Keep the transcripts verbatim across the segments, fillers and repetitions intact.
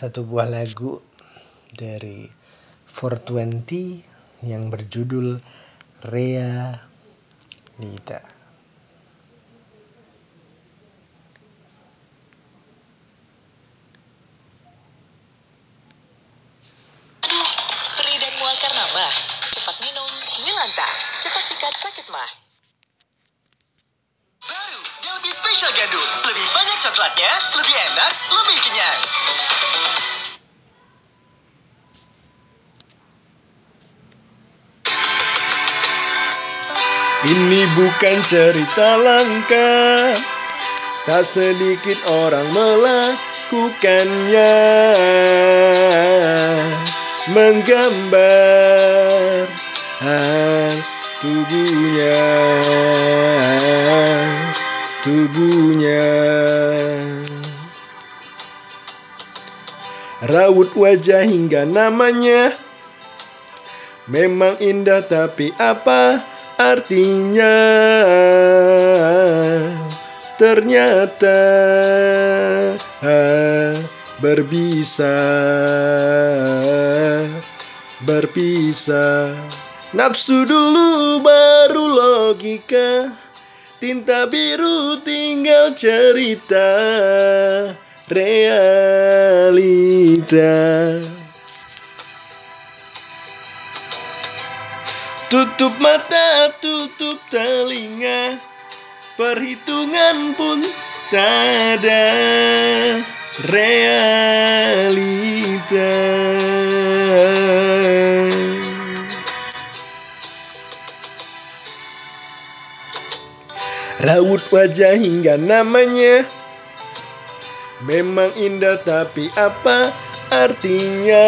satu buah lagu dari four twenty yang berjudul Realita. Aduh, perih dan mual karena mah. Cepat minum Wilanta. Cepat sikat sakit mah. Baru, dia lebih spesial gandum. Lebih banyak coklatnya, lebih enak, lebih kenyang. Ini bukan cerita langka, tak sedikit orang melakukannya. Menggambar ah, tubuhnya, tubuhnya. Raut wajah hingga namanya memang indah, tapi apa artinya? Ternyata ah, berbisa, berpisah. Nafsu dulu baru logika, tinta biru tinggal cerita. Realita. Tutup mata, tutup telinga, perhitungan pun tak ada. Realita. Raut wajah hingga namanya memang indah, tapi apa artinya?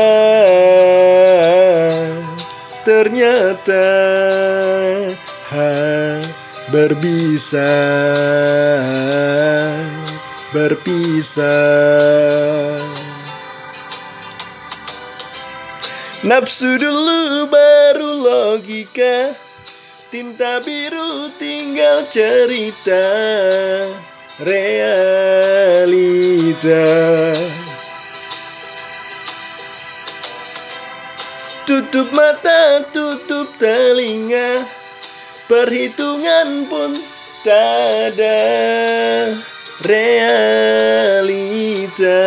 Ternyata ha, berbisa, berpisah. Nafsu dulu baru logika, tinta biru tinggal cerita. Realita. Tutup mata, tutup telinga, perhitungan pun tak ada. Realita.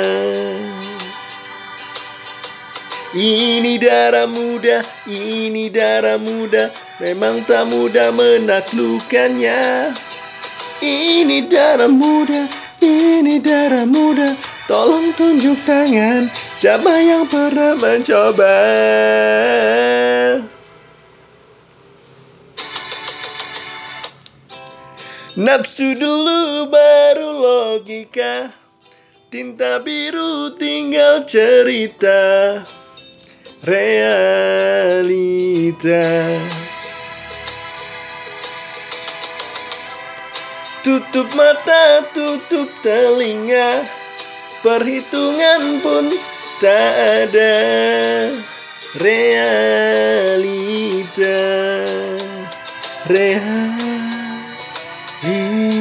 Ini darah muda, ini darah muda, memang tak mudah menaklukkannya. Ini darah muda, ini darah muda, tolong tunjuk tangan, siapa yang pernah mencoba? Nafsu dulu baru logika, tinta biru tinggal cerita. Realita. Tutup mata, tutup telinga, perhitungan pun tak ada. Realita. Realita.